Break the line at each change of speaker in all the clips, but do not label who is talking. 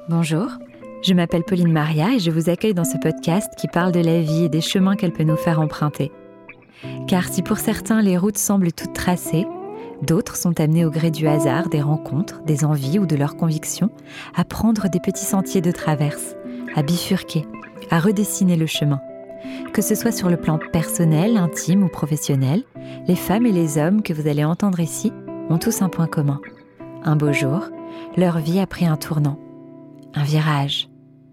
Bonjour, je m'appelle Pauline Maria et je vous accueille dans ce podcast qui parle de la vie et des chemins qu'elle peut nous faire emprunter. Car si pour certains les routes semblent toutes tracées, d'autres sont amenés au gré du hasard, des rencontres, des envies ou de leurs convictions, à prendre des petits sentiers de traverse, à bifurquer, à redessiner le chemin. Que ce soit sur le plan personnel, intime ou professionnel, les femmes et les hommes que vous allez entendre ici ont tous un point commun. Un beau jour, leur vie a pris un tournant. Un virage.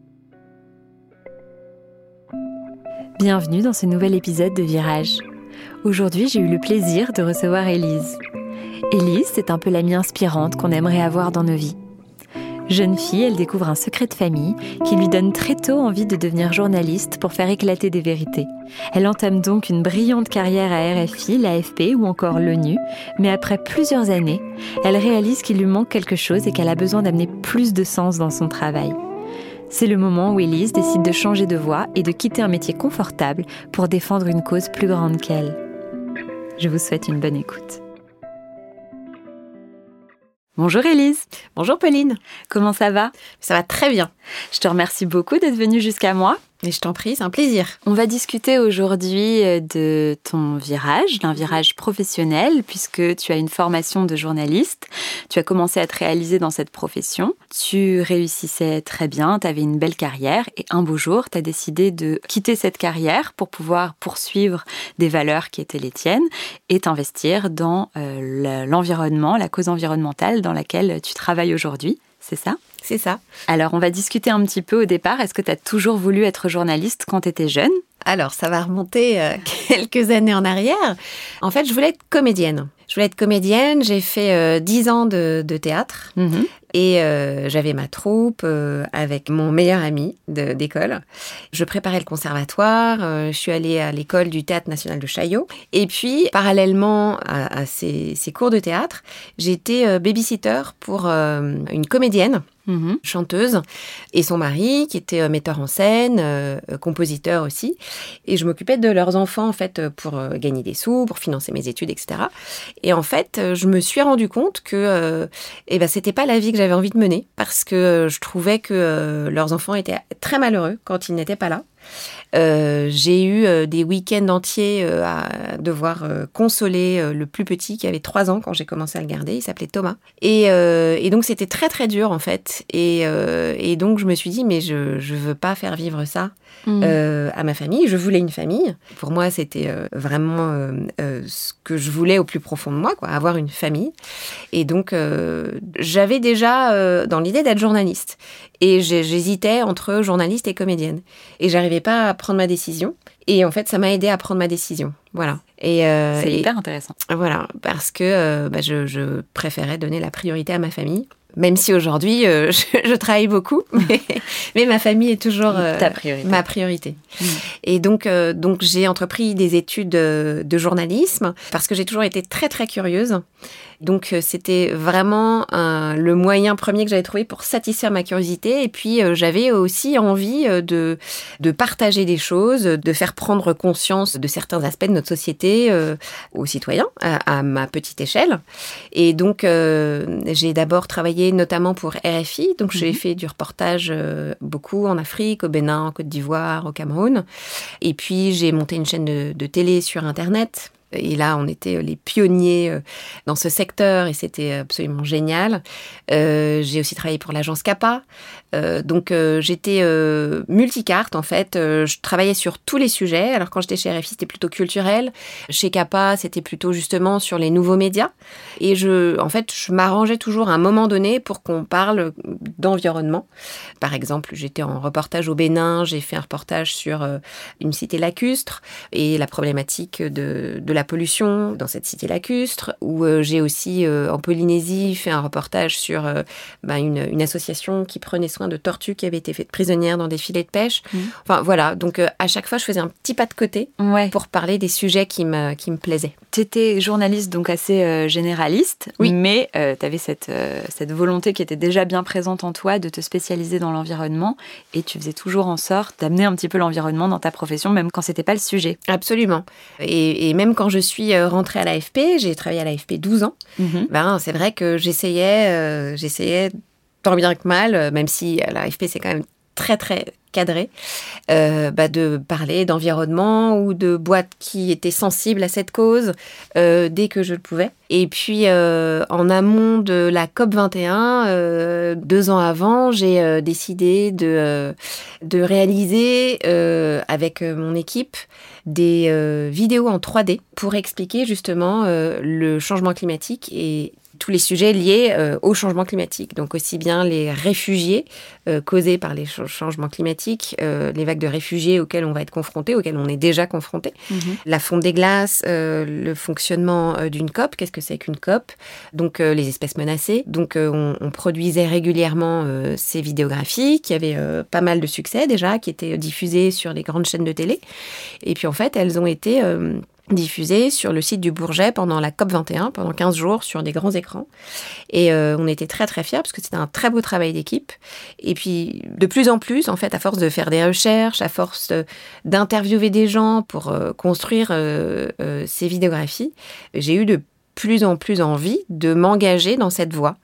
Bienvenue dans ce nouvel épisode de Virage. Aujourd'hui, j'ai eu le plaisir de recevoir Élise. Élise, c'est un peu l'amie inspirante qu'on aimerait avoir dans nos vies. Jeune fille, elle découvre un secret de famille qui lui donne très tôt envie de devenir journaliste pour faire éclater des vérités. Elle entame donc une brillante carrière à RFI, l'AFP ou encore l'ONU, mais après plusieurs années, elle réalise qu'il lui manque quelque chose et qu'elle a besoin d'amener plus de sens dans son travail. C'est le moment où Élise décide de changer de voie et de quitter un métier confortable pour défendre une cause plus grande qu'elle. Je vous souhaite une bonne écoute. Bonjour Élise.
Bonjour Pauline.
Comment ça va ?
Ça va très bien.
Je te remercie beaucoup d'être venue jusqu'à moi.
Et je t'en prie, c'est un plaisir.
On va discuter aujourd'hui de ton virage, d'un virage professionnel, puisque tu as une formation de journaliste. Tu as commencé à te réaliser dans cette profession. Tu réussissais très bien, tu avais une belle carrière. Et un beau jour, tu as décidé de quitter cette carrière pour pouvoir poursuivre des valeurs qui étaient les tiennes et t'investir dans l'environnement, la cause environnementale dans laquelle tu travailles aujourd'hui. C'est ça ?
C'est ça.
Alors, on va discuter un petit peu au départ. Est-ce que tu as toujours voulu être journaliste quand tu étais jeune ?
Alors, ça va remonter quelques années en arrière. En fait, je voulais être comédienne. J'ai fait 10 ans de théâtre. Mm-hmm. Et j'avais ma troupe avec mon meilleur ami d'école. Je préparais le conservatoire. Je suis allée à l'école du Théâtre National de Chaillot. Et puis, parallèlement à ces cours de théâtre, j'étais babysitter pour une comédienne. Mmh. Chanteuse, et son mari qui était metteur en scène, compositeur aussi, et je m'occupais de leurs enfants en fait pour gagner des sous, pour financer mes études, etc. Et en fait, je me suis rendu compte que c'était pas la vie que j'avais envie de mener, parce que je trouvais que leurs enfants étaient très malheureux quand ils n'étaient pas là. J'ai eu des week-ends entiers à devoir consoler le plus petit qui avait 3 ans quand j'ai commencé à le garder, il s'appelait Thomas. Et donc c'était très très dur en fait. Et donc je me suis dit mais je veux pas faire vivre ça à ma famille. Je voulais une famille. Pour moi c'était vraiment ce que je voulais au plus profond de moi, quoi, avoir une famille. Et donc j'avais déjà dans l'idée d'être journaliste. Et j'hésitais entre journaliste et comédienne. Et j'arrivais pas à prendre ma décision. Et en fait, ça m'a aidée à prendre ma décision. Voilà.
C'est hyper intéressant.
Voilà, parce que je préférais donner la priorité à ma famille. Même si aujourd'hui, je travaille beaucoup, mais ma famille est toujours ma priorité. Mmh. Et donc j'ai entrepris des études de journalisme parce que j'ai toujours été très, très curieuse. Donc, c'était vraiment le moyen premier que j'avais trouvé pour satisfaire ma curiosité. Et puis, j'avais aussi envie de partager des choses, de faire prendre conscience de certains aspects de notre société aux citoyens, à ma petite échelle. Et donc, j'ai d'abord travaillé notamment pour RFI. Donc, j'ai fait du reportage beaucoup en Afrique, au Bénin, en Côte d'Ivoire, au Cameroun. Et puis, j'ai monté une chaîne de télé sur Internet. Et là, on était les pionniers dans ce secteur et c'était absolument génial. J'ai aussi travaillé pour l'agence CAPA. Donc, j'étais multicarte, en fait. Je travaillais sur tous les sujets. Alors, quand j'étais chez RFI, c'était plutôt culturel. Chez CAPA, c'était plutôt justement sur les nouveaux médias. Et je m'arrangeais toujours à un moment donné pour qu'on parle d'environnement. Par exemple, j'étais en reportage au Bénin. J'ai fait un reportage sur une cité lacustre et la problématique de la pollution dans cette cité lacustre, où j'ai aussi, en Polynésie, fait un reportage sur une association qui prenait soin de tortues qui avaient été faites prisonnières dans des filets de pêche. Mmh. Enfin, voilà. Donc, à chaque fois, je faisais un petit pas de côté pour parler des sujets qui me plaisaient.
Tu étais journaliste, donc assez généraliste, oui. Mais tu avais cette volonté qui était déjà bien présente en toi de te spécialiser dans l'environnement et tu faisais toujours en sorte d'amener un petit peu l'environnement dans ta profession, même quand c'était pas le sujet.
Absolument. Et même quand je suis rentrée à l'AFP, j'ai travaillé à l'AFP 12 ans, c'est vrai que j'essayais tant bien que mal, même si l'AFP, c'est quand même très, très cadré, de parler d'environnement ou de boîtes qui étaient sensibles à cette cause dès que je le pouvais. Et puis, en amont de la COP21, 2 ans avant, j'ai décidé de réaliser avec mon équipe des vidéos en 3D pour expliquer justement le changement climatique et tous les sujets liés au changement climatique. Donc aussi bien les réfugiés causés par les changements climatiques, les vagues de réfugiés auxquelles on va être confrontés, auxquelles on est déjà confrontés, la fonte des glaces, le fonctionnement d'une COP, qu'est-ce que c'est qu'une COP, donc les espèces menacées. Donc on produisait régulièrement ces vidéographies qui avaient pas mal de succès déjà, qui étaient diffusées sur les grandes chaînes de télé. Et puis en fait, elles ont été diffusée sur le site du Bourget pendant la COP21, pendant 15 jours, sur des grands écrans. Et on était très, très fiers, parce que c'était un très beau travail d'équipe. Et puis, de plus en plus, en fait, à force de faire des recherches, à force d'interviewer des gens pour construire ces vidéographies, j'ai eu de plus en plus envie de m'engager dans cette voie.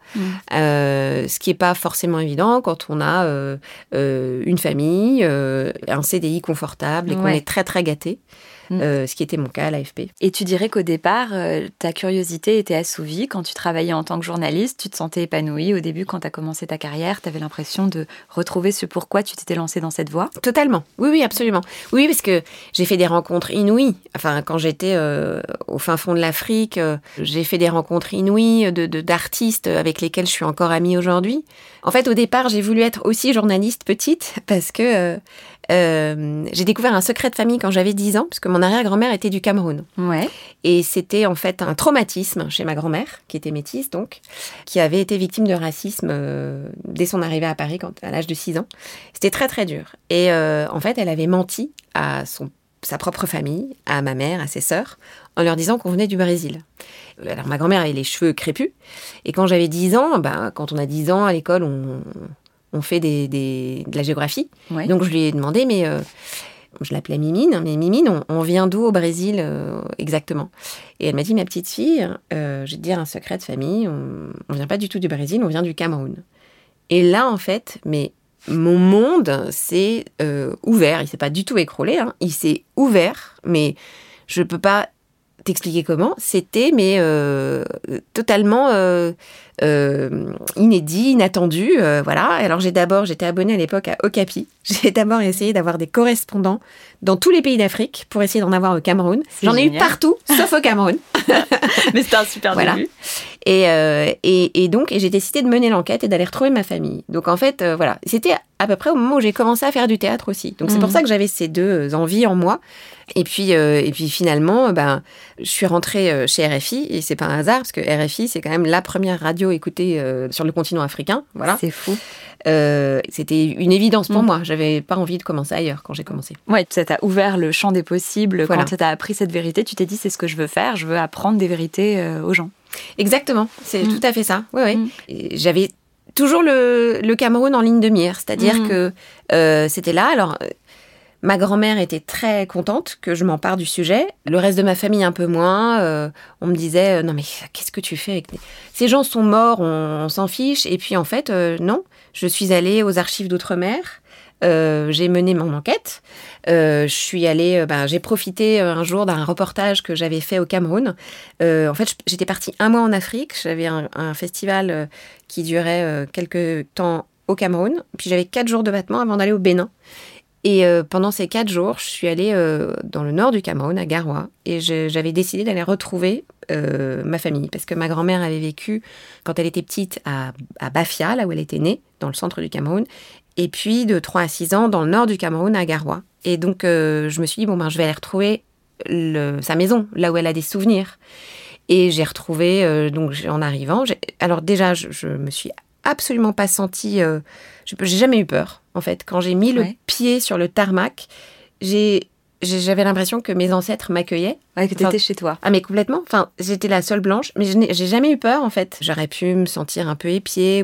Ce qui n'est pas forcément évident quand on a une famille, un CDI confortable et qu'on est très, très gâté. Ce qui était mon cas à l'AFP.
Et tu dirais qu'au départ, ta curiosité était assouvie. Quand tu travaillais en tant que journaliste, tu te sentais épanouie. Au début, quand tu as commencé ta carrière, tu avais l'impression de retrouver ce pourquoi tu t'étais lancée dans cette voie?
Totalement. Oui, absolument. Oui, parce que j'ai fait des rencontres inouïes. Enfin, quand j'étais au fin fond de l'Afrique, j'ai fait des rencontres inouïes d'artistes avec lesquels je suis encore amie aujourd'hui. En fait, au départ, j'ai voulu être aussi journaliste petite parce que j'ai découvert un secret de famille quand j'avais 10 ans, parce que mon arrière-grand-mère était du Cameroun.
Ouais.
Et c'était en fait un traumatisme chez ma grand-mère, qui était métisse donc, qui avait été victime de racisme dès son arrivée à Paris à l'âge de 6 ans. C'était très très dur. Et en fait, elle avait menti à sa propre famille, à ma mère, à ses sœurs, en leur disant qu'on venait du Brésil. Alors ma grand-mère avait les cheveux crépus, et quand j'avais 10 ans, quand on a 10 ans à l'école, on fait de la géographie. Ouais. Donc je lui ai demandé, mais je l'appelais Mimine, mais Mimine, on vient d'où au Brésil exactement? Et elle m'a dit, ma petite fille, je vais te dire un secret de famille, on vient pas du tout du Brésil, on vient du Cameroun. Et là, en fait, mais mon monde s'est ouvert, il s'est pas du tout écroulé, hein, il s'est ouvert, mais je peux pas t'expliquer comment, c'était mais totalement inédit, inattendu, voilà. Alors j'étais abonnée à l'époque à Okapi. J'ai d'abord essayé d'avoir des correspondants dans tous les pays d'Afrique pour essayer d'en avoir au Cameroun. J'en ai eu partout, sauf au Cameroun.
Mais c'était un super début.
Et donc j'ai décidé de mener l'enquête et d'aller retrouver ma famille. Donc en fait, voilà, c'était à peu près au moment où j'ai commencé à faire du théâtre aussi. Donc c'est pour ça que j'avais ces deux envies en moi. Et puis finalement, je suis rentrée chez RFI, et c'est pas un hasard, parce que RFI, c'est quand même la première radio écoutée sur le continent africain. Voilà.
C'est fou.
C'était une évidence pour moi. J'avais pas envie de commencer ailleurs quand j'ai commencé.
Ouais, ça t'a ouvert le champ des possibles. Voilà. Quand tu as appris cette vérité, tu t'es dit, c'est ce que je veux faire, je veux apprendre des vérités aux gens.
Exactement, c'est tout à fait ça. Oui. J'avais toujours le Cameroun en ligne de mire, c'est-à-dire que c'était là. Alors, ma grand-mère était très contente que je m'empare du sujet. Le reste de ma famille un peu moins. On me disait, non mais qu'est-ce que tu fais avec ces gens sont morts, on s'en fiche. Et puis en fait, non. Je suis allée aux archives d'outre-mer. J'ai mené mon enquête. Je suis allée, j'ai profité un jour d'un reportage que j'avais fait au Cameroun. En fait, j'étais partie 1 mois en Afrique. J'avais un festival qui durait quelques temps au Cameroun. Puis j'avais 4 jours de battement avant d'aller au Bénin. Et pendant ces 4 jours, je suis allée dans le nord du Cameroun, à Garoua, et j'avais décidé d'aller retrouver ma famille, parce que ma grand-mère avait vécu, quand elle était petite, à Bafia, là où elle était née, dans le centre du Cameroun, et puis de 3 à 6 ans, dans le nord du Cameroun, à Garoua. Et donc, je me suis dit, je vais aller retrouver sa maison, là où elle a des souvenirs. Et j'ai retrouvé, donc en arrivant, alors déjà, je me suis absolument pas sentie... j'ai jamais eu peur, en fait. Quand j'ai mis le pied sur le tarmac, j'avais l'impression que mes ancêtres m'accueillaient.
Ouais, que t'étais chez toi.
Ah, mais complètement. Enfin, j'étais la seule blanche, mais j'ai jamais eu peur, en fait. J'aurais pu me sentir un peu épiée.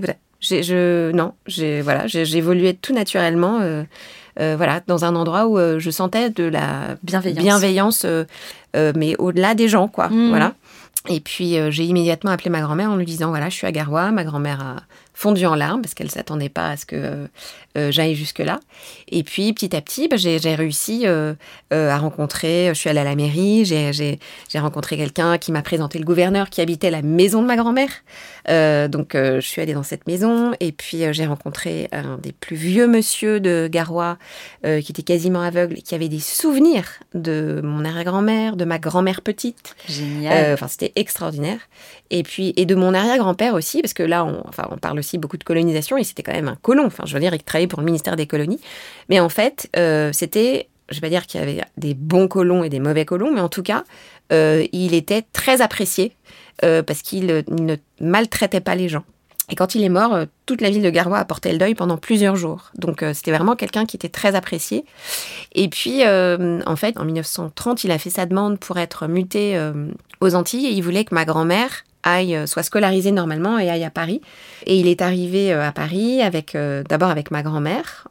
J'ai évolué tout naturellement, dans un endroit où je sentais de la bienveillance, mais au-delà des gens, quoi. Voilà. Et puis, j'ai immédiatement appelé ma grand-mère en lui disant, voilà, je suis à Garoua, ma grand-mère fondu en larmes parce qu'elle ne s'attendait pas à ce que j'aille jusque-là. Et puis, petit à petit, j'ai réussi à rencontrer... Je suis allée à la mairie, j'ai rencontré quelqu'un qui m'a présenté le gouverneur qui habitait la maison de ma grand-mère. Donc, je suis allée dans cette maison. Et puis, j'ai rencontré un des plus vieux monsieur de Garoua qui était quasiment aveugle, qui avait des souvenirs de mon arrière-grand-mère, de ma grand-mère petite.
Génial.
C'était extraordinaire. Et puis, et de mon arrière-grand-père aussi, parce que là, on parle aussi beaucoup de colonisation, et c'était quand même un colon. Enfin, je veux dire, il travaillait pour le ministère des colonies. Mais en fait, c'était, je ne vais pas dire qu'il y avait des bons colons et des mauvais colons, mais en tout cas, il était très apprécié parce qu'il ne maltraitait pas les gens. Et quand il est mort, toute la ville de Garoua a porté le deuil pendant plusieurs jours. Donc, c'était vraiment quelqu'un qui était très apprécié. Et puis, en fait, en 1930, il a fait sa demande pour être muté aux Antilles, et il voulait que ma grand-mère soit scolarisée normalement et aille à Paris. Et il est arrivé à Paris d'abord avec ma grand-mère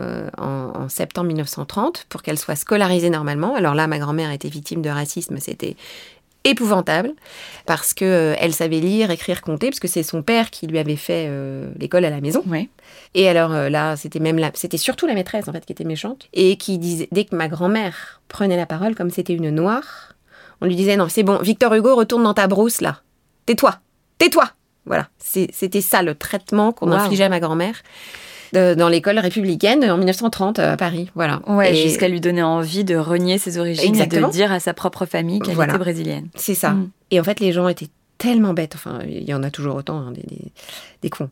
en septembre 1930 pour qu'elle soit scolarisée normalement. Alors là, ma grand-mère était victime de racisme, c'était épouvantable parce que elle savait lire, écrire, compter, parce que c'est son père qui lui avait fait l'école à la maison.
Ouais.
Et alors là, c'était surtout la maîtresse en fait qui était méchante et qui disait, dès que ma grand-mère prenait la parole, comme c'était une noire, on lui disait non, c'est bon, Victor Hugo, retourne dans ta brousse là. Tais-toi. Voilà, c'était ça le traitement qu'on infligeait à ma grand-mère dans l'école républicaine en 1930 à Paris. Voilà.
Ouais, jusqu'à lui donner envie de renier ses origines. Exactement. Et de dire à sa propre famille qu'elle était brésilienne.
C'est ça. Et en fait, les gens étaient tellement bêtes. Enfin, il y en a toujours autant, hein, des cons.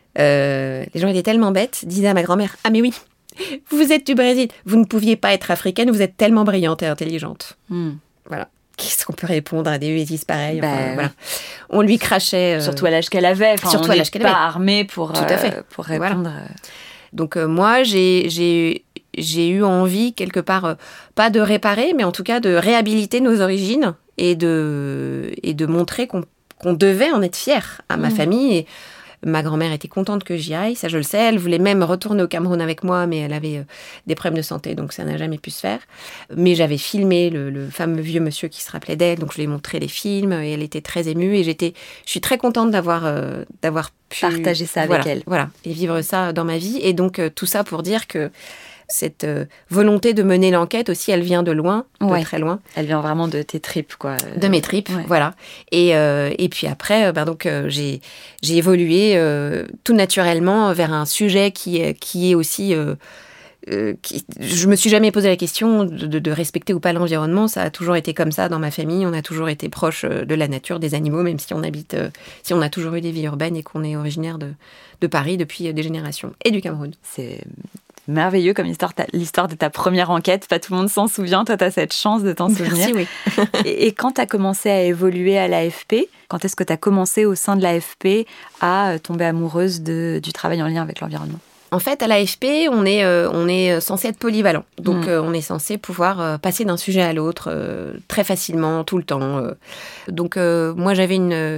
Les gens étaient tellement bêtes, disaient à ma grand-mère, « Ah mais oui, vous êtes du Brésil. Vous ne pouviez pas être africaine, vous êtes tellement brillante et intelligente. Voilà. Qu'est-ce qu'on peut répondre à des bêtises pareilles voilà. On lui crachait...
Surtout à l'âge qu'elle avait. Surtout à l'âge qu'elle avait. Pas armée pour répondre. Voilà.
Donc moi, j'ai eu envie, quelque part, pas de réparer, mais en tout cas de réhabiliter nos origines et de montrer qu'on devait en être fiers à ma famille. Et ma grand-mère était contente que j'y aille, ça je le sais. Elle voulait même retourner au Cameroun avec moi, mais elle avait des problèmes de santé, donc ça n'a jamais pu se faire. Mais j'avais filmé le fameux vieux monsieur qui se rappelait d'elle, donc je lui ai montré les films, et elle était très émue. Et je suis très contente d'avoir pu
partager ça avec elle.
Voilà, et vivre ça dans ma vie. Et donc tout ça pour dire que cette volonté de mener l'enquête aussi, elle vient de loin, de très loin.
Elle vient vraiment de tes tripes, quoi.
De mes tripes, voilà. Et puis après, j'ai évolué tout naturellement vers un sujet qui est aussi... je me suis jamais posé la question de respecter ou pas l'environnement. Ça a toujours été comme ça dans ma famille. On a toujours été proche de la nature, des animaux, même si si on a toujours eu des vies urbaines et qu'on est originaire de Paris depuis des générations et du Cameroun.
C'est merveilleux comme l'histoire de ta première enquête. Pas tout le monde s'en souvient. Toi, tu as cette chance de t'en souvenir.
Merci, oui.
Et quand tu as commencé à évoluer à l'AFP, quand est-ce que tu as commencé au sein de l'AFP à tomber amoureuse du travail en lien avec l'environnement ?
En fait, à l'AFP, on est censé être polyvalent. Donc, on est censé pouvoir passer d'un sujet à l'autre très facilement, tout le temps. Donc, moi, j'avais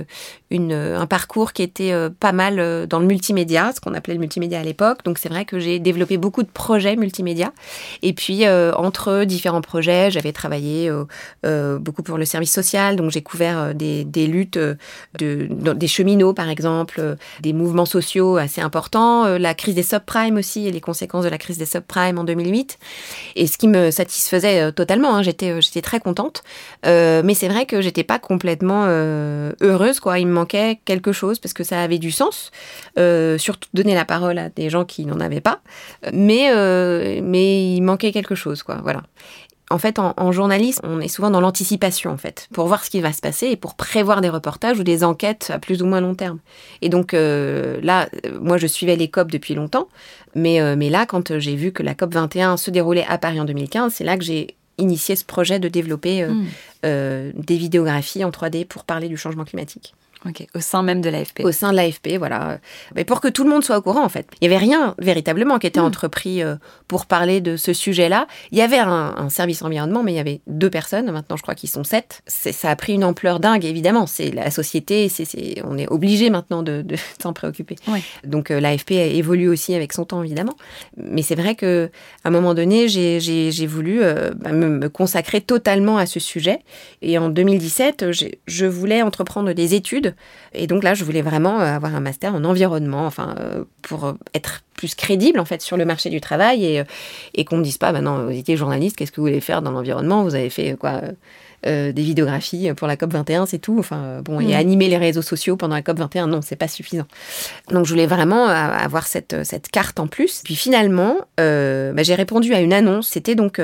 un parcours qui était pas mal dans le multimédia, ce qu'on appelait le multimédia à l'époque. Donc, c'est vrai que j'ai développé beaucoup de projets multimédia. Et puis, entre différents projets, j'avais travaillé beaucoup pour le service social. Donc, j'ai couvert des luttes des cheminots, par exemple, des mouvements sociaux assez importants, la crise des subprimes aussi et les conséquences de la crise des subprimes en 2008. Et ce qui me satisfaisait totalement, hein, j'étais très contente. Mais c'est vrai que j'étais pas complètement heureuse, quoi. Il me manquait quelque chose parce que ça avait du sens. Surtout donner la parole à des gens qui n'en avaient pas. Mais il manquait quelque chose, quoi. Voilà. En fait, en journaliste, on est souvent dans l'anticipation, en fait, pour voir ce qui va se passer et pour prévoir des reportages ou des enquêtes à plus ou moins long terme. Et donc là, moi, je suivais les COP depuis longtemps, mais là, quand j'ai vu que la COP 21 se déroulait à Paris en 2015, c'est là que j'ai initié ce projet de développer des vidéographies en 3D pour parler du changement climatique.
Ok, au sein même de l'AFP.
Au sein de l'AFP, voilà. Mais pour que tout le monde soit au courant, en fait. Il n'y avait rien, véritablement, qui était entrepris pour parler de ce sujet-là. Il y avait un service environnement, mais il y avait 2 personnes. Maintenant, je crois qu'ils sont 7. Ça a pris une ampleur dingue, évidemment. C'est la société, on est obligé maintenant de s'en préoccuper. Oui. Donc, l'AFP évolue aussi avec son temps, évidemment. Mais c'est vrai qu'à un moment donné, j'ai voulu me consacrer totalement à ce sujet. Et en 2017, je voulais entreprendre des études études. Et donc là, je voulais vraiment avoir un master en environnement, pour être plus crédible, en fait, sur le marché du travail et qu'on me dise pas, non, vous étiez journaliste, qu'est-ce que vous voulez faire dans l'environnement ? Vous avez fait quoi des vidéographies pour la COP21, c'est tout. Et animer les réseaux sociaux pendant la COP21, non, c'est pas suffisant. Donc, je voulais vraiment avoir cette carte en plus. Puis finalement, j'ai répondu à une annonce. C'était donc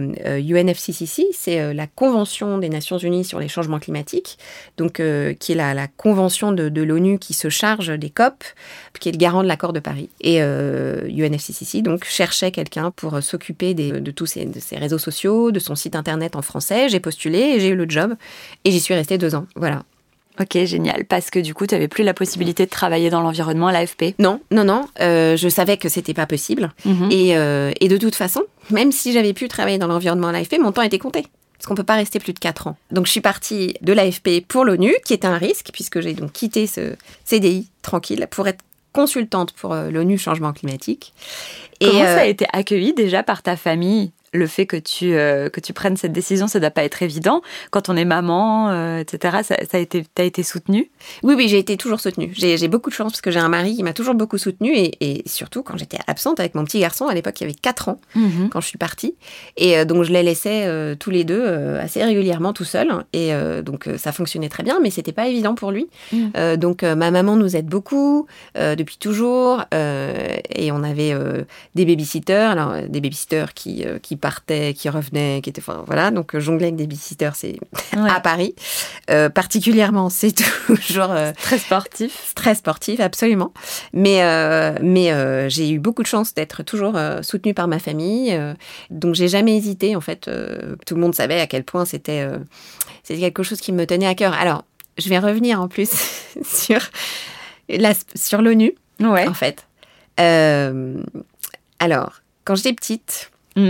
UNFCCC, c'est la Convention des Nations Unies sur les changements climatiques, donc qui est la convention de l'ONU qui se charge des COP, qui est le garant de l'accord de Paris. Et UNFCCC donc cherchait quelqu'un pour s'occuper de tous ces réseaux sociaux, de son site internet en français. J'ai postulé et j'ai eu le job et j'y suis restée 2 ans. Voilà.
Ok, génial. Parce que du coup, tu n'avais plus la possibilité de travailler dans l'environnement à l'AFP ?
Non. Je savais que c'était pas possible. Et de toute façon, même si j'avais pu travailler dans l'environnement à l'AFP, mon temps était compté. Parce qu'on ne peut pas rester plus de 4 ans. Donc, je suis partie de l'AFP pour l'ONU, qui était un risque, puisque j'ai donc quitté ce CDI tranquille pour être consultante pour l'ONU Changement Climatique.
Comment ça a été accueilli déjà par ta famille ? Le fait que tu prennes cette décision, ça ne doit pas être évident. Quand on est maman, etc., t'as été soutenue ?
Oui, j'ai été toujours soutenue. J'ai beaucoup de chance parce que j'ai un mari qui m'a toujours beaucoup soutenue et surtout quand j'étais absente avec mon petit garçon, à l'époque il avait 4 ans quand je suis partie. Et donc je les laissais tous les deux assez régulièrement tout seuls. Et donc ça fonctionnait très bien, mais c'était pas évident pour lui. Donc ma maman nous aide beaucoup depuis toujours. Et on avait des babysitters, alors des babysitters qui partaient, qui revenaient, qui étaient... voilà, donc jongler avec des babysitters, c'est à Paris. Particulièrement, c'est toujours... Très sportif, absolument. Mais j'ai eu beaucoup de chance d'être toujours soutenue par ma famille. Donc, j'ai jamais hésité, en fait. Tout le monde savait à quel point c'était quelque chose qui me tenait à cœur. Alors, je vais revenir en plus sur l'ONU, en fait. Alors, quand j'étais petite...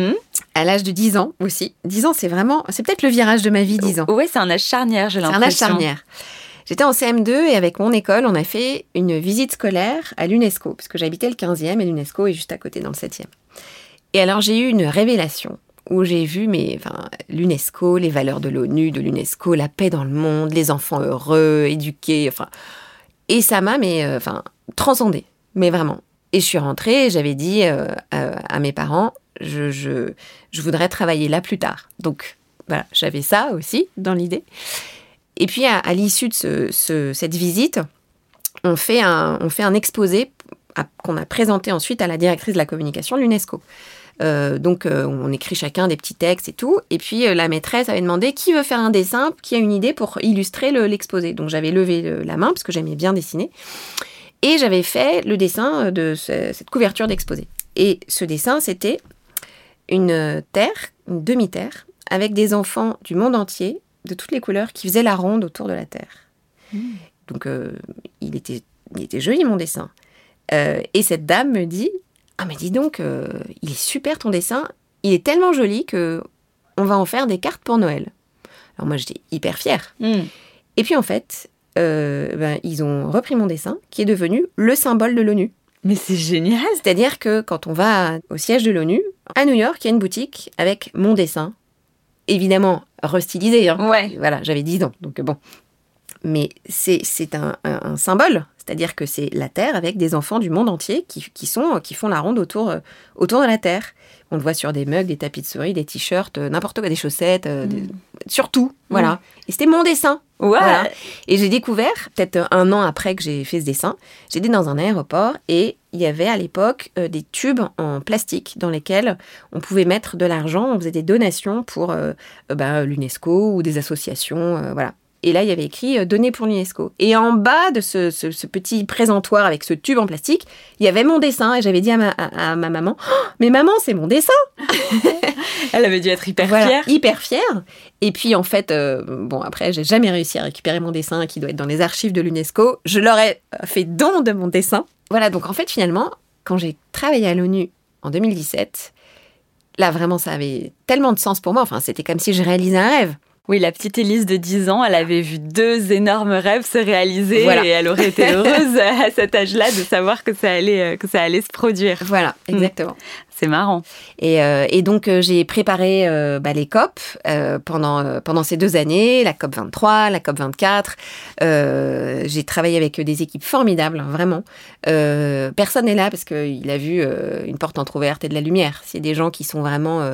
À l'âge de 10 ans aussi. 10 ans, c'est peut-être le virage de ma vie, 10 ans.
Oui, c'est un âge charnière, j'ai l'impression.
C'est un âge charnière. J'étais en CM2 et avec mon école, on a fait une visite scolaire à l'UNESCO, parce que j'habitais le 15e et l'UNESCO est juste à côté dans le 7e. Et alors, j'ai eu une révélation où j'ai vu l'UNESCO, les valeurs de l'ONU, de l'UNESCO, la paix dans le monde, les enfants heureux, éduqués, et ça m'a transcendée, mais vraiment. Et je suis rentrée et j'avais dit à mes parents, je voudrais travailler là plus tard. Donc, voilà, j'avais ça aussi dans l'idée. Et puis, à l'issue de cette visite, on fait un exposé qu'on a présenté ensuite à la directrice de la communication de l'UNESCO. Donc, on écrit chacun des petits textes et tout. Et puis, la maîtresse avait demandé qui veut faire un dessin, qui a une idée pour illustrer l'exposé. Donc, j'avais levé la main parce que j'aimais bien dessiner. Et j'avais fait le dessin de cette couverture d'exposé. Et ce dessin, c'était une demi-terre, avec des enfants du monde entier, de toutes les couleurs, qui faisaient la ronde autour de la Terre. Donc, il était joli, mon dessin. Et cette dame me dit, « Ah, mais dis donc, il est super ton dessin, il est tellement joli qu'on va en faire des cartes pour Noël. » Alors moi, j'étais hyper fière. Et puis, en fait, ils ont repris mon dessin, qui est devenu le symbole de l'ONU.
Mais c'est génial!
C'est-à-dire que quand on va au siège de l'ONU, à New York, il y a une boutique avec mon dessin, évidemment restylisé.
Ouais.
Voilà, j'avais 10 ans, donc bon. Mais c'est un symbole, c'est-à-dire que c'est la Terre avec des enfants du monde entier qui font la ronde autour de la Terre. On le voit sur des mugs, des tapis de souris, des t-shirts, n'importe quoi, des chaussettes, surtout, voilà. Et c'était mon dessin.
Ouais.
Voilà. Et j'ai découvert, peut-être 1 an après que j'ai fait ce dessin, j'étais dans un aéroport et il y avait à l'époque des tubes en plastique dans lesquels on pouvait mettre de l'argent, on faisait des donations pour l'UNESCO ou des associations, voilà. Et là, il y avait écrit « Donner pour l'UNESCO ». Et en bas de ce petit présentoir avec ce tube en plastique, il y avait mon dessin. Et j'avais dit à ma maman oh, « Mais maman, c'est mon dessin !»
Elle avait dû être hyper fière.
Hyper fière. Et puis, en fait, après, j'ai jamais réussi à récupérer mon dessin qui doit être dans les archives de l'UNESCO. Je leur ai fait don de mon dessin. Voilà, donc en fait, finalement, quand j'ai travaillé à l'ONU en 2017, là, vraiment, ça avait tellement de sens pour moi. Enfin, c'était comme si je réalisais un rêve.
Oui, la petite Élise de 10 ans, elle avait vu 2 énormes rêves se réaliser et elle aurait été heureuse à cet âge-là de savoir que ça allait se produire.
Voilà, exactement.
C'est marrant.
Et donc, j'ai préparé les COP pendant ces 2 années, la COP 23, la COP 24. J'ai travaillé avec des équipes formidables, hein, vraiment. Personne n'est là parce qu'il a vu une porte entrouverte et de la lumière. C'est des gens qui sont vraiment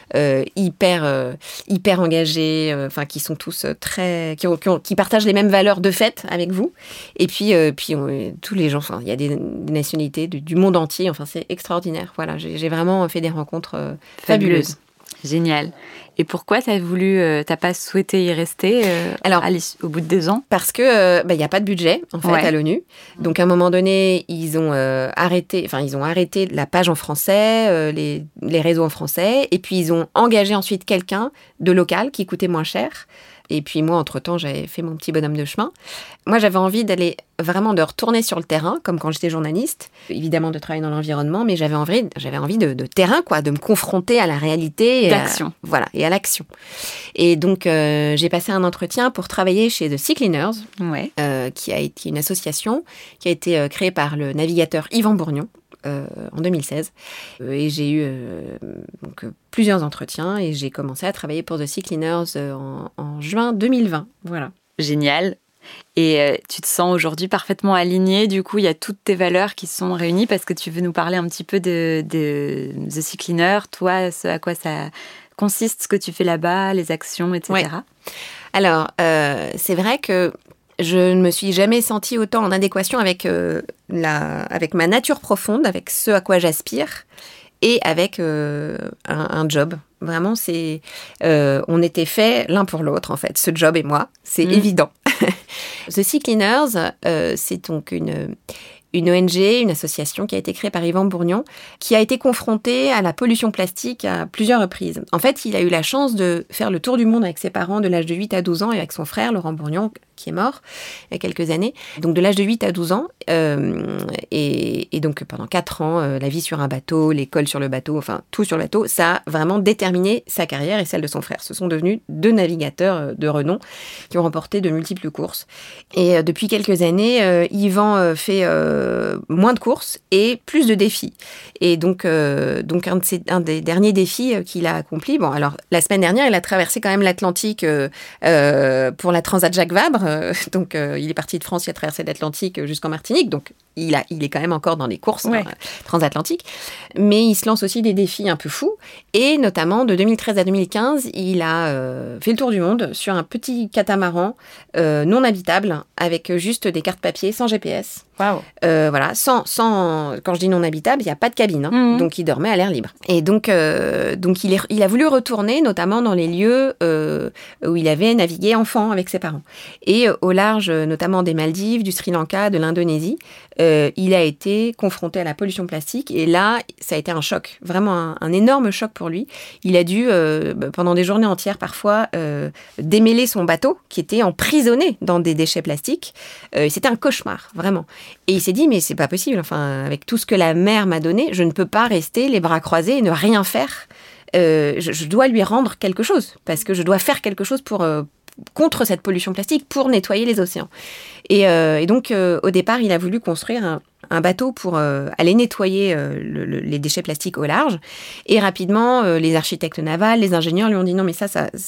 hyper engagés, qui sont tous qui partagent les mêmes valeurs de fait avec vous. Et puis tous les gens, il y a des nationalités du monde entier. Enfin, c'est extraordinaire. Voilà, j'ai vraiment fait des rencontres fabuleuses.
Génial. Et pourquoi t'as pas souhaité y rester au bout de 2 ans?
Parce que y a pas de budget en fait à l'ONU. Donc à un moment donné, ils ont arrêté la page en français, les réseaux en français, et puis ils ont engagé ensuite quelqu'un de local qui coûtait moins cher. Et puis moi, entre-temps, j'avais fait mon petit bonhomme de chemin. Moi, j'avais envie de retourner sur le terrain, comme quand j'étais journaliste. Évidemment, de travailler dans l'environnement, mais j'avais envie de terrain, quoi, de me confronter à la réalité.
D'action.
Et à l'action. Et donc, j'ai passé un entretien pour travailler chez The Sea Cleaners, qui est une association qui a été créée par le navigateur Yvan Bourgnon, en 2016. Et j'ai eu plusieurs entretiens et j'ai commencé à travailler pour The Sea Cleaners en juin 2020. Voilà.
Génial. Et tu te sens aujourd'hui parfaitement alignée. Du coup, il y a toutes tes valeurs qui sont réunies parce que tu veux nous parler un petit peu de The Sea Cleaners, toi, à quoi ça consiste, ce que tu fais là-bas, les actions, etc.
Ouais. Alors, c'est vrai que je ne me suis jamais sentie autant en adéquation avec ma nature profonde, avec ce à quoi j'aspire, et avec un job. Vraiment, on était faits l'un pour l'autre, en fait, ce job et moi. C'est évident. The Sea Cleaners, c'est donc une ONG, une association qui a été créée par Yvan Bourgnon, qui a été confrontée à la pollution plastique à plusieurs reprises. En fait, il a eu la chance de faire le tour du monde avec ses parents de l'âge de 8 à 12 ans et avec son frère, Laurent Bourgnon, qui est mort il y a quelques années. Donc, de l'âge de 8 à 12 ans. Et donc, pendant 4 ans, la vie sur un bateau, l'école sur le bateau, enfin, tout sur le bateau, ça a vraiment déterminé sa carrière et celle de son frère. Ce sont devenus 2 navigateurs de renom qui ont remporté de multiples courses. Et depuis quelques années, Yvan fait moins de courses et plus de défis. Et donc un des derniers défis qu'il a accompli. Bon, alors la semaine dernière, il a traversé quand même l'Atlantique pour la Transat Jacques Vabre. Donc il est parti de France, il a traversé l'Atlantique jusqu'en Martinique. Donc il est quand même encore dans les courses transatlantiques. Mais il se lance aussi des défis un peu fous. Et notamment de 2013 à 2015, il a fait le tour du monde sur un petit catamaran non habitable avec juste des cartes papier sans GPS.
Waouh.
Voilà, sans quand je dis non habitable, il n'y a pas de cabine, hein, donc il dormait à l'air libre. Et donc il a voulu retourner, notamment dans les lieux où il avait navigué enfant avec ses parents. Et au large, notamment des Maldives, du Sri Lanka, de l'Indonésie, il a été confronté à la pollution plastique. Et là, ça a été un choc, vraiment un énorme choc pour lui. Il a dû, pendant des journées entières parfois, démêler son bateau qui était emprisonné dans des déchets plastiques. C'était un cauchemar, vraiment. Et il s'est dit, mais c'est pas possible, enfin, avec tout ce que la mer m'a donné, je ne peux pas rester les bras croisés et ne rien faire. Je dois lui rendre quelque chose, parce que je dois faire quelque chose contre cette pollution plastique, pour nettoyer les océans. Et donc, au départ, il a voulu construire un bateau pour aller nettoyer les déchets plastiques au large. Et rapidement, les architectes navals, les ingénieurs lui ont dit, non, mais ça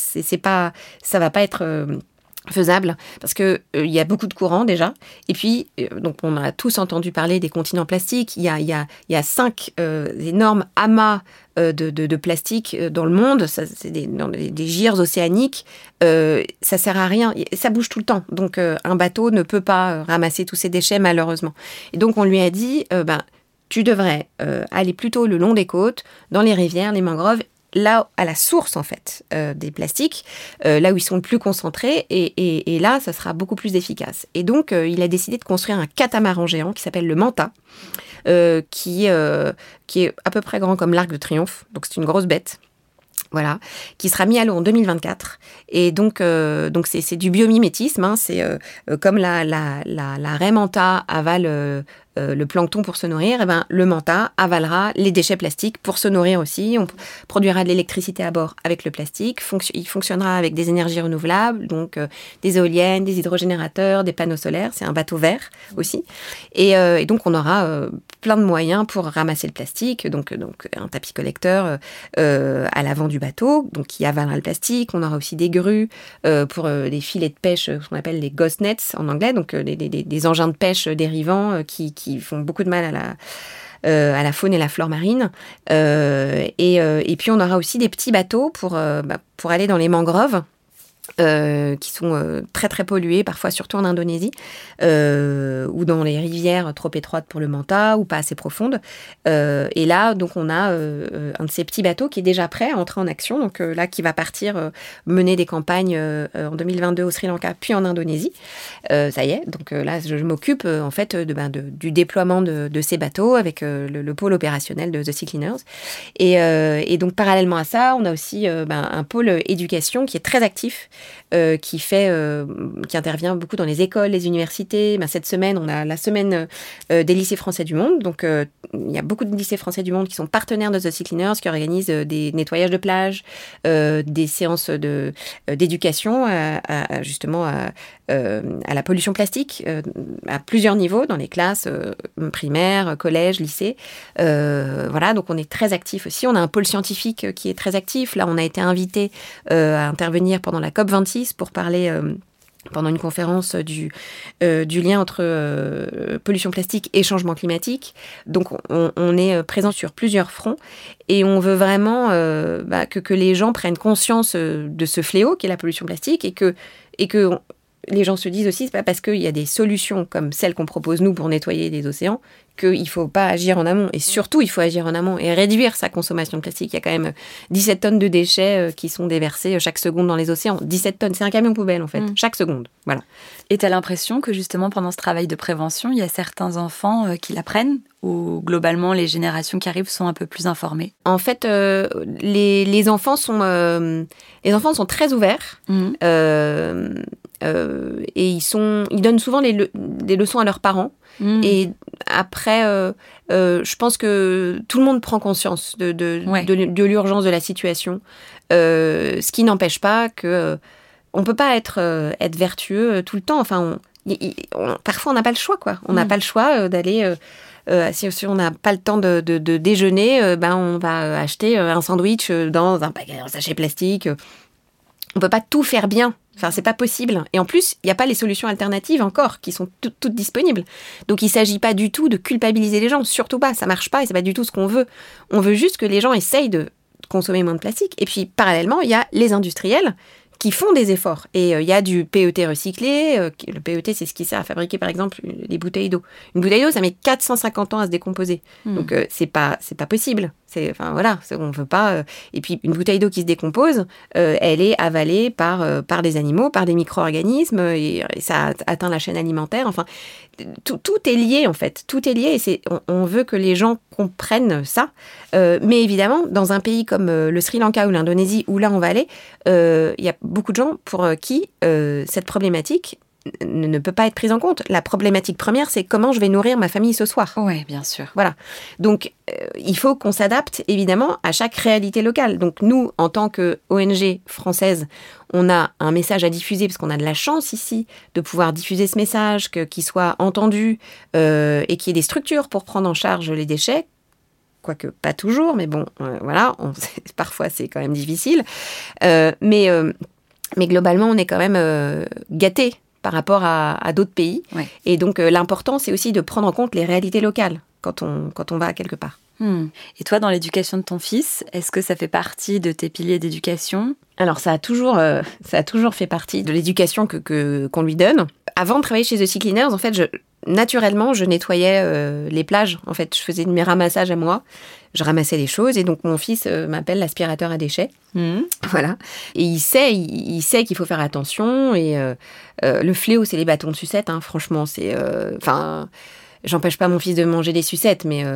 va pas être faisable, parce que il y a beaucoup de courants déjà, et puis donc on a tous entendu parler des continents plastiques. Il y a 5 énormes amas de plastique dans le monde. Ça, c'est des gyres océaniques. Ça sert à rien, ça bouge tout le temps, donc un bateau ne peut pas ramasser tous ces déchets, malheureusement. Et donc on lui a dit tu devrais aller plutôt le long des côtes, dans les rivières, les mangroves, là, à la source, en fait, des plastiques, là où ils sont le plus concentrés, et là, ça sera beaucoup plus efficace. Et donc, il a décidé de construire un catamaran géant qui s'appelle le Manta, qui est à peu près grand comme l'Arc de Triomphe, donc c'est une grosse bête. Voilà, qui sera mis à l'eau en 2024. Et donc c'est du biomimétisme, hein, c'est comme la raie manta avale le plancton pour se nourrir, et ben, le manta avalera les déchets plastiques pour se nourrir aussi. On produira de l'électricité à bord avec le plastique. Il fonctionnera avec des énergies renouvelables, donc des éoliennes, des hydrogénérateurs, des panneaux solaires. C'est un bateau vert aussi. Et donc, on aura plein de moyens pour ramasser le plastique. Donc un tapis collecteur à l'avant du bateau, donc qui avalera le plastique. On aura aussi des grues pour les filets de pêche, ce qu'on appelle les ghost nets en anglais, donc des engins de pêche dérivants qui font beaucoup de mal à la faune et la flore marine. Et puis on aura aussi des petits bateaux pour aller dans les mangroves, qui sont très très pollués, parfois surtout en Indonésie, ou dans les rivières trop étroites pour le manta ou pas assez profondes. Et là, donc on a un de ces petits bateaux qui est déjà prêt à entrer en action, donc là qui va partir mener des campagnes en 2022 au Sri Lanka puis en Indonésie. Ça y est, donc là je m'occupe en fait du déploiement de ces bateaux avec le pôle opérationnel de The Sea Cleaners. Et donc parallèlement à ça, on a aussi un pôle éducation qui est très actif, qui intervient beaucoup dans les écoles, les universités. Cette semaine, on a la semaine des lycées français du monde. Donc, il y a beaucoup de lycées français du monde qui sont partenaires de The Sea Cleaners, qui organisent des nettoyages de plage, des séances d'éducation justement à la pollution plastique à plusieurs niveaux, dans les classes primaires, collèges, lycées. Voilà, donc on est très actifs aussi. On a un pôle scientifique qui est très actif. Là, on a été invité à intervenir pendant la COP26 pour parler pendant une conférence du lien entre pollution plastique et changement climatique. Donc, on est présent sur plusieurs fronts et on veut vraiment que les gens prennent conscience de ce fléau qu'est la pollution plastique et que les gens se disent aussi, c'est pas parce qu'il y a des solutions comme celles qu'on propose nous pour nettoyer les océans qu'il ne faut pas agir en amont. Et surtout, il faut agir en amont et réduire sa consommation de plastique. Il y a quand même 17 tonnes de déchets qui sont déversés chaque seconde dans les océans. 17 tonnes, c'est un camion poubelle en fait, chaque seconde. Voilà.
Et tu as l'impression que justement pendant ce travail de prévention, il y a certains enfants qui l'apprennent ou globalement les générations qui arrivent sont un peu plus informées? En fait, les enfants sont très ouverts. Et ils donnent souvent des leçons à leurs parents. Et après, je pense que tout le monde prend conscience de l'urgence de la situation. Ce qui n'empêche pas que on peut pas être vertueux tout le temps. Enfin, parfois on n'a pas le choix, quoi. On n'a pas le choix d'aller. Si on n'a pas le temps de déjeuner, on va acheter un sandwich dans un sachet plastique. On peut pas tout faire bien. Enfin, c'est pas possible. Et en plus, il n'y a pas les solutions alternatives encore qui sont toutes disponibles. Donc, il ne s'agit pas du tout de culpabiliser les gens. Surtout pas. Ça marche pas et c'est pas du tout ce qu'on veut. On veut juste que les gens essayent de consommer moins de plastique. Et puis, parallèlement, il y a les industriels qui font des efforts. Et il y a du PET recyclé. Le PET, c'est ce qui sert à fabriquer, par exemple, les bouteilles d'eau. Une bouteille d'eau, ça met 450 ans à se décomposer. Donc, c'est pas possible. On veut pas. Et puis, une bouteille d'eau qui se décompose, elle est avalée par des animaux, par des micro-organismes, et ça atteint la chaîne alimentaire. Enfin, tout est lié, en fait. Tout est lié, et on veut que les gens comprennent ça. Mais évidemment, dans un pays comme le Sri Lanka ou l'Indonésie, où là, on va aller, il y a beaucoup de gens pour qui cette problématique ne peut pas être prise en compte. La problématique première, c'est comment je vais nourrir ma famille ce soir. Oui, bien sûr.
Voilà. Donc, il faut qu'on s'adapte, évidemment, à chaque réalité locale. Donc, nous, en tant qu'ONG française, on a un message à diffuser, parce qu'on a de la chance ici de pouvoir diffuser ce message, qu'il soit entendu, et qu'il y ait des structures pour prendre en charge les déchets. Quoique pas toujours, mais bon, voilà, parfois c'est quand même difficile. Mais globalement, on est quand même gâtés par rapport à d'autres pays. Ouais. Et donc, l'important, c'est aussi de prendre en compte les réalités locales quand on va quelque part.
Et toi, dans l'éducation de ton fils, est-ce que ça fait partie de tes piliers d'éducation ?
Alors, ça a toujours fait partie de l'éducation qu'on lui donne. Avant de travailler chez The Sea Cleaners, en fait, naturellement, je nettoyais les plages. En fait, je faisais mes ramassages à moi. Je ramassais les choses et donc mon fils m'appelle l'aspirateur à déchets. Voilà. Et il sait qu'il faut faire attention. Et le fléau, c'est les bâtons de sucette. Hein. Franchement, c'est... j'empêche pas mon fils de manger des sucettes, mais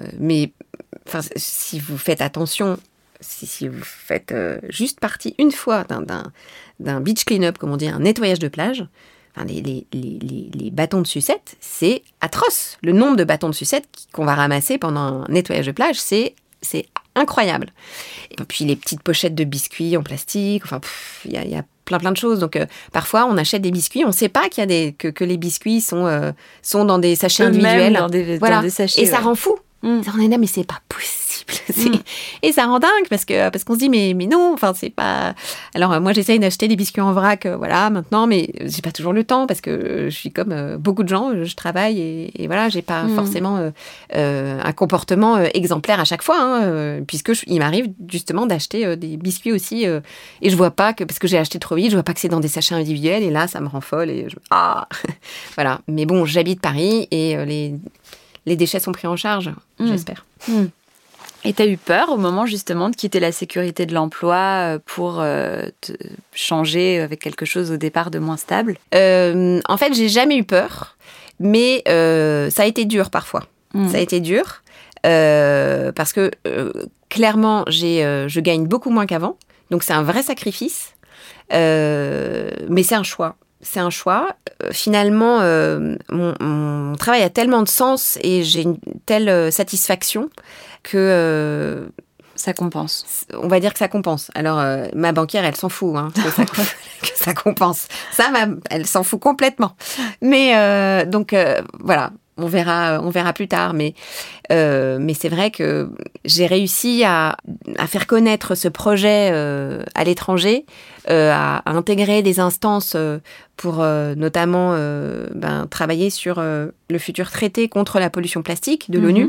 si vous faites attention, si vous faites juste partie une fois d'un beach clean-up, comme on dit, un nettoyage de plage, les bâtons de sucette, c'est atroce. Le nombre de bâtons de sucette qu'on va ramasser pendant un nettoyage de plage, c'est incroyable. Et puis les petites pochettes de biscuits en plastique, enfin, il y a plein de choses. Donc parfois on achète des biscuits, on ne sait pas qu'il y a que les biscuits sont dans des sachets individuels,
dans des sachets,
et ça rend fou. On est là, mais c'est pas possible. Et ça rend dingue parce qu'on se dit mais non, enfin c'est pas. Alors moi j'essaye d'acheter des biscuits en vrac, maintenant, mais j'ai pas toujours le temps parce que je suis comme beaucoup de gens, je travaille et voilà, j'ai pas forcément un comportement exemplaire à chaque fois, puisque il m'arrive justement d'acheter des biscuits aussi et je vois pas parce que j'ai acheté trop vite, je vois pas que c'est dans des sachets individuels et là ça me rend folle et voilà. Mais bon, j'habite Paris et les déchets sont pris en charge, j'espère.
Et tu as eu peur au moment justement de quitter la sécurité de l'emploi pour te changer avec quelque chose au départ de moins stable ?
En fait, j'ai jamais eu peur, mais ça a été dur parfois. Ça a été dur parce que clairement, je gagne beaucoup moins qu'avant. Donc c'est un vrai sacrifice, mais c'est un choix. C'est un choix. Finalement, mon travail a tellement de sens et j'ai une telle satisfaction que
ça compense.
On va dire que ça compense. Alors, ma banquière, elle s'en fout que ça compense. Elle s'en fout complètement. Mais donc, voilà. On verra plus tard. Mais c'est vrai que j'ai réussi à faire connaître ce projet à l'étranger, à intégrer des instances pour notamment travailler sur le futur traité contre la pollution plastique de l'ONU.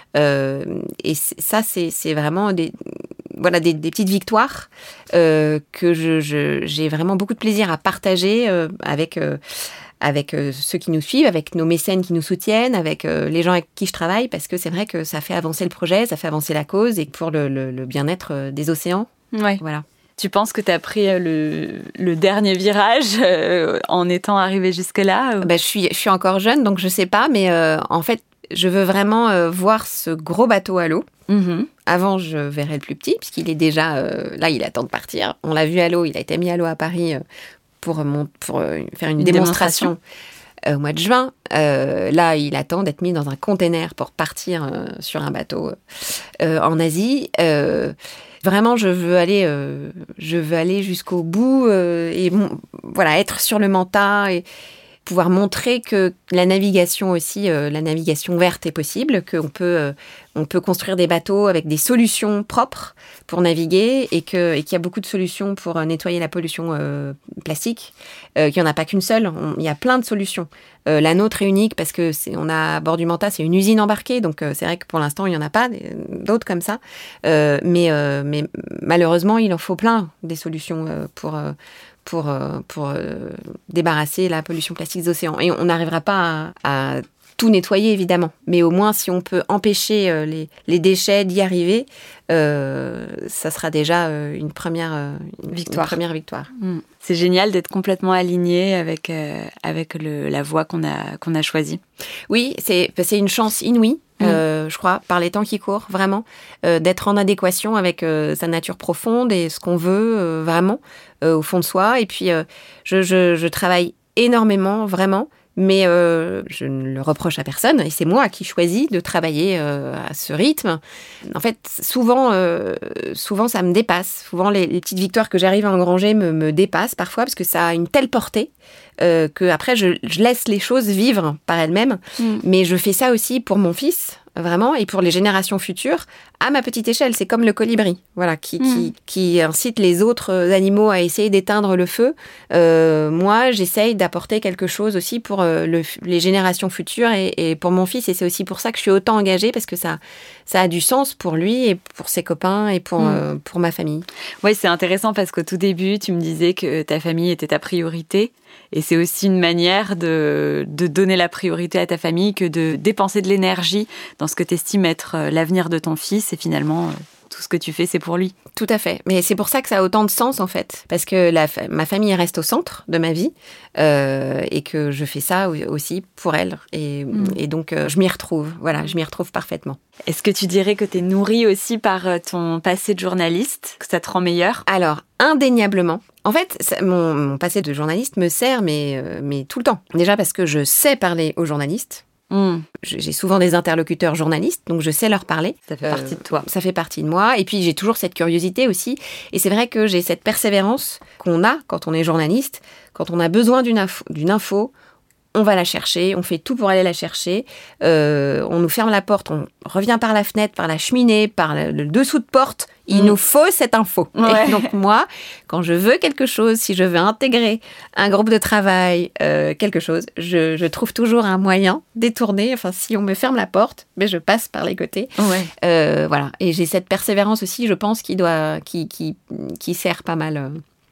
Et ça, c'est vraiment des petites victoires que j'ai vraiment beaucoup de plaisir à partager avec ceux qui nous suivent, avec nos mécènes qui nous soutiennent, avec les gens avec qui je travaille, parce que c'est vrai que ça fait avancer le projet, ça fait avancer la cause et pour le bien-être des océans.
Ouais.
Voilà.
Tu penses que tu as pris le dernier virage en étant arrivé jusque-là ?
Je suis encore jeune, donc je sais pas, mais en fait, je veux vraiment voir ce gros bateau à l'eau. Avant, je verrai le plus petit, puisqu'il est déjà... là, il attend de partir. On l'a vu à l'eau, il a été mis à l'eau à Paris pour faire une démonstration au mois de juin. Là, il attend d'être mis dans un container pour partir sur un bateau en Asie. Vraiment, je veux aller jusqu'au bout et être sur le Manta et pouvoir montrer que la navigation aussi, la navigation verte est possible, qu'on peut construire des bateaux avec des solutions propres pour naviguer et qu'il y a beaucoup de solutions pour nettoyer la pollution plastique, qu'il n'y en a pas qu'une seule, il y a plein de solutions. La nôtre est unique parce que on a à bord du Manta, c'est une usine embarquée, donc c'est vrai que pour l'instant, il n'y en a pas d'autres comme ça. Mais malheureusement, il en faut plein des solutions pour débarrasser la pollution plastique des océans. Et on n'arrivera pas à tout nettoyer, évidemment. Mais au moins, si on peut empêcher les déchets d'y arriver, ça sera déjà une première victoire.
C'est génial d'être complètement aligné avec la voie qu'on a choisie.
Oui, c'est une chance inouïe. Je crois, par les temps qui courent, vraiment, d'être en adéquation avec sa nature profonde et ce qu'on veut vraiment au fond de soi. Et puis, je travaille énormément, vraiment, mais je ne le reproche à personne. Et c'est moi qui choisis de travailler à ce rythme. En fait, souvent, ça me dépasse. Souvent, les petites victoires que j'arrive à engranger me dépassent parfois parce que ça a une telle portée que après je laisse les choses vivre par elles-mêmes. Mais je fais ça aussi pour mon fils, vraiment, et pour les générations futures, à ma petite échelle. C'est comme le colibri, voilà, qui incite les autres animaux à essayer d'éteindre le feu. Moi, j'essaye d'apporter quelque chose aussi pour les générations futures et pour mon fils. Et c'est aussi pour ça que je suis autant engagée, parce que ça a du sens pour lui et pour ses copains et pour ma famille.
Oui, c'est intéressant parce qu'au tout début, tu me disais que ta famille était ta priorité. Et c'est aussi une manière de donner la priorité à ta famille que de dépenser de l'énergie dans ce que tu estimes être l'avenir de ton fils. Et finalement, tout ce que tu fais, c'est pour lui.
Tout à fait. Mais c'est pour ça que ça a autant de sens, en fait. Parce que ma famille reste au centre de ma vie et que je fais ça aussi pour elle. Et donc, je m'y retrouve. Voilà, je m'y retrouve parfaitement.
Est-ce que tu dirais que tu es nourrie aussi par ton passé de journaliste, que ça te rend meilleure ?
Alors, indéniablement. En fait, mon passé de journaliste me sert, mais tout le temps. Déjà parce que je sais parler aux journalistes. J'ai souvent des interlocuteurs journalistes, donc je sais leur parler.
Ça fait partie de toi.
Ça fait partie de moi. Et puis, j'ai toujours cette curiosité aussi. Et c'est vrai que j'ai cette persévérance qu'on a quand on est journaliste. Quand on a besoin d'une info, on va la chercher, on fait tout pour aller la chercher. On nous ferme la porte, on revient par la fenêtre, par la cheminée, par le dessous de porte. Il nous faut cette info.
Ouais.
Et donc moi, quand je veux quelque chose, si je veux intégrer un groupe de travail, quelque chose, je trouve toujours un moyen détourné. Enfin, si on me ferme la porte, mais je passe par les côtés.
Ouais.
Voilà. Et j'ai cette persévérance aussi, je pense, qui sert pas mal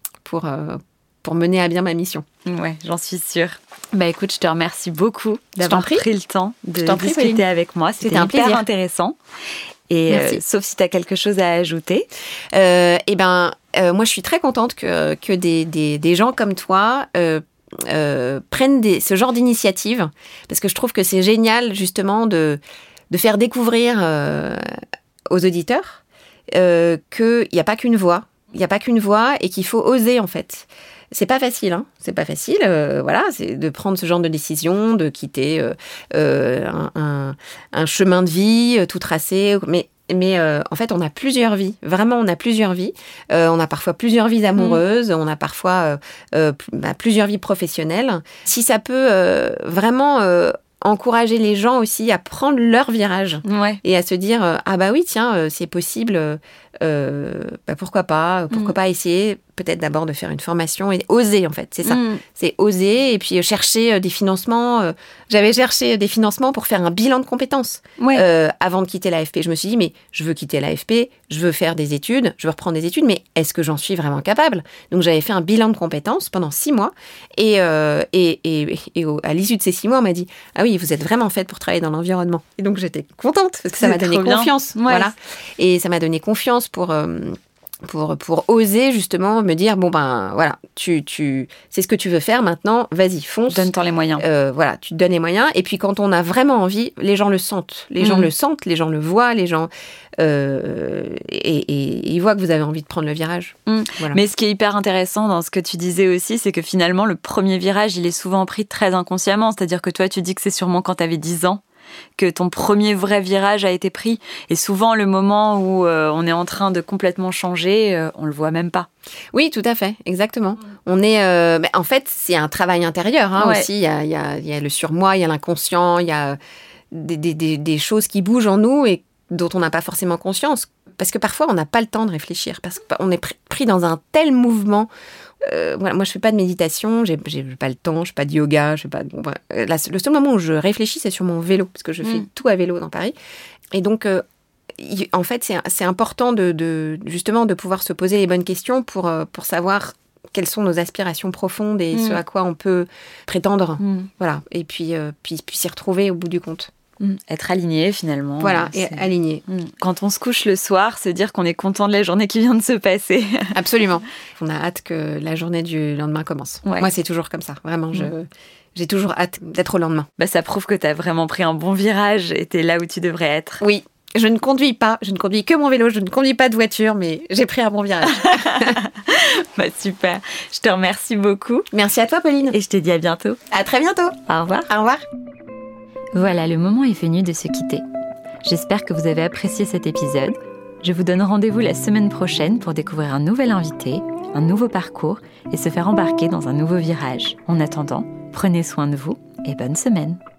pour mener à bien ma mission.
Ouais, j'en suis sûre. Bah écoute, je te remercie beaucoup d'avoir pris le temps de discuter avec moi. C'était
un
hyper
plaisir.
Intéressant. Et sauf si tu as quelque chose à ajouter.
Moi, je suis très contente que des gens comme toi prennent ce genre d'initiative, parce que je trouve que c'est génial, justement, de faire découvrir aux auditeurs qu'il n'y a pas qu'une voix. Il n'y a pas qu'une voix et qu'il faut oser, en fait. C'est pas facile, hein. C'est pas facile, voilà, c'est de prendre ce genre de décision, de quitter un chemin de vie tout tracé. Mais en fait, on a plusieurs vies. Vraiment, on a plusieurs vies. On a parfois plusieurs vies amoureuses. On a parfois plusieurs vies professionnelles. Si ça peut vraiment encourager les gens aussi à prendre leur virage et à se dire ah bah oui, tiens, c'est possible. Pourquoi pas essayer peut-être d'abord de faire une formation et oser, en fait, c'est ça. C'est oser et puis chercher des financements. J'avais cherché des financements pour faire un bilan de compétences avant de quitter l'AFP. Je me suis dit, mais je veux quitter l'AFP, je veux faire des études, je veux reprendre des études, mais est-ce que j'en suis vraiment capable ? Donc j'avais fait un bilan de compétences pendant 6 mois et à l'issue de ces 6 mois, on m'a dit, ah oui, vous êtes vraiment faite pour travailler dans l'environnement. Et donc j'étais contente parce que ça m'a donné confiance. Voilà. Et ça m'a donné confiance pour oser justement me dire, bon ben voilà, tu c'est ce que tu veux faire maintenant, vas-y, fonce.
Donne-toi les moyens.
Voilà, tu te donnes les moyens. Et puis quand on a vraiment envie, les gens le sentent. Les gens le sentent, les gens le voient, les gens... et ils voient que vous avez envie de prendre le virage. Voilà.
Mais ce qui est hyper intéressant dans ce que tu disais aussi, c'est que finalement, le premier virage, il est souvent pris très inconsciemment. C'est-à-dire que toi, tu dis que c'est sûrement quand tu avais 10 ans que ton premier vrai virage a été pris. Et souvent, le moment où on est en train de complètement changer, on le voit même pas.
Oui, tout à fait, exactement. On est, en fait, c'est un travail intérieur aussi. Il y a le surmoi, il y a l'inconscient, il y a des choses qui bougent en nous et dont on n'a pas forcément conscience. Parce que parfois, on n'a pas le temps de réfléchir. Parce qu'on est pris dans un tel mouvement. Voilà, moi, je fais pas de méditation, j'ai pas le temps, je fais pas de yoga, je fais pas. Le seul moment où je réfléchis, c'est sur mon vélo, parce que je fais tout à vélo dans Paris. Et donc, en fait, c'est important justement de pouvoir se poser les bonnes questions pour savoir quelles sont nos aspirations profondes et ce à quoi on peut prétendre. Voilà. Et puis s'y retrouver au bout du compte.
Être aligné finalement.
Voilà, et aligné.
Quand on se couche le soir, se dire qu'on est content de la journée qui vient de se passer.
Absolument. On a hâte que la journée du lendemain commence. Ouais. Moi, c'est toujours comme ça. Vraiment, j'ai toujours hâte d'être au lendemain.
Bah, ça prouve que tu as vraiment pris un bon virage et tu es là où tu devrais être.
Oui. Je ne conduis que mon vélo, je ne conduis pas de voiture, mais j'ai pris un bon virage.
Bah, super. Je te remercie beaucoup.
Merci à toi, Pauline.
Et je te dis à bientôt.
À très bientôt.
Au revoir.
Au revoir.
Voilà, le moment est venu de se quitter. J'espère que vous avez apprécié cet épisode. Je vous donne rendez-vous la semaine prochaine pour découvrir un nouvel invité, un nouveau parcours et se faire embarquer dans un nouveau virage. En attendant, prenez soin de vous et bonne semaine.